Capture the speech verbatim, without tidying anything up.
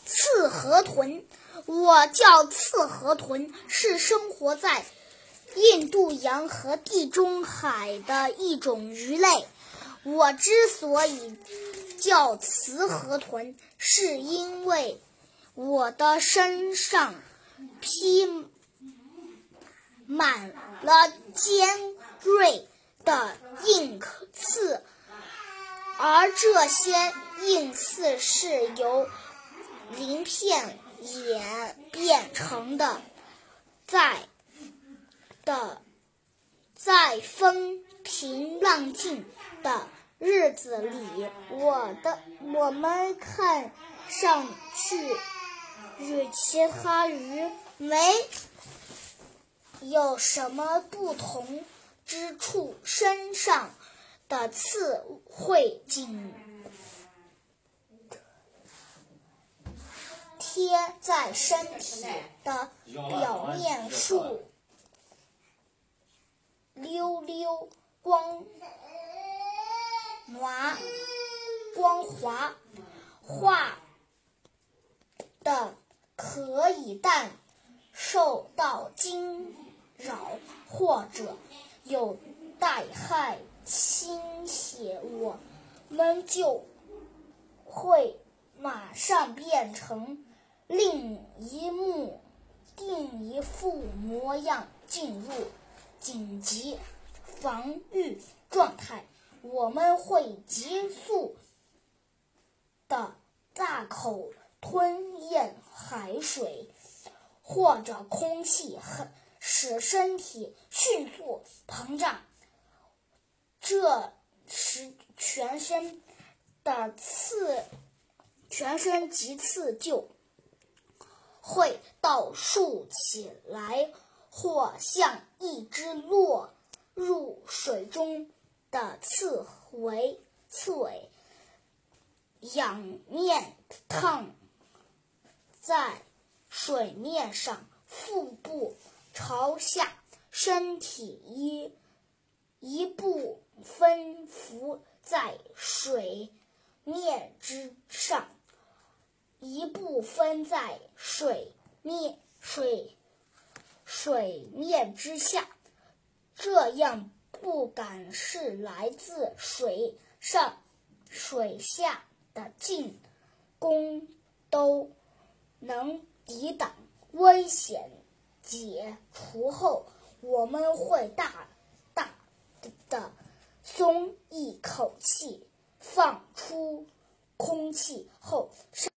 刺河豚，我叫刺河豚，是生活在印度洋和地中海的一种鱼类。我之所以叫刺河豚，是因为我的身上披满了尖锐的硬刺，而这些硬刺是由鳞片演变成的。在的在风平浪静的日子里，我的我们看上去与其他鱼没有什么不同之处，身上的刺会紧贴在身体的表面，数溜溜光滑光滑滑的，可以但受到惊扰或者有带害侵袭，我们就会马上变成另一幕另一副模样，进入紧急防御状态。我们会急速的大口吞咽海水或者空气，使身体迅速膨胀，这时全身的刺全身棘刺就会倒竖起来，或像一只落入水中的刺猬刺猬仰面躺在水面上，腹部朝下，身体一一部分浮在水面之上，一部分在水面水水面之下。这样不管是来自水上水下的进攻，都能抵挡危险。解除后，我们会大大的松一口气，放出空气后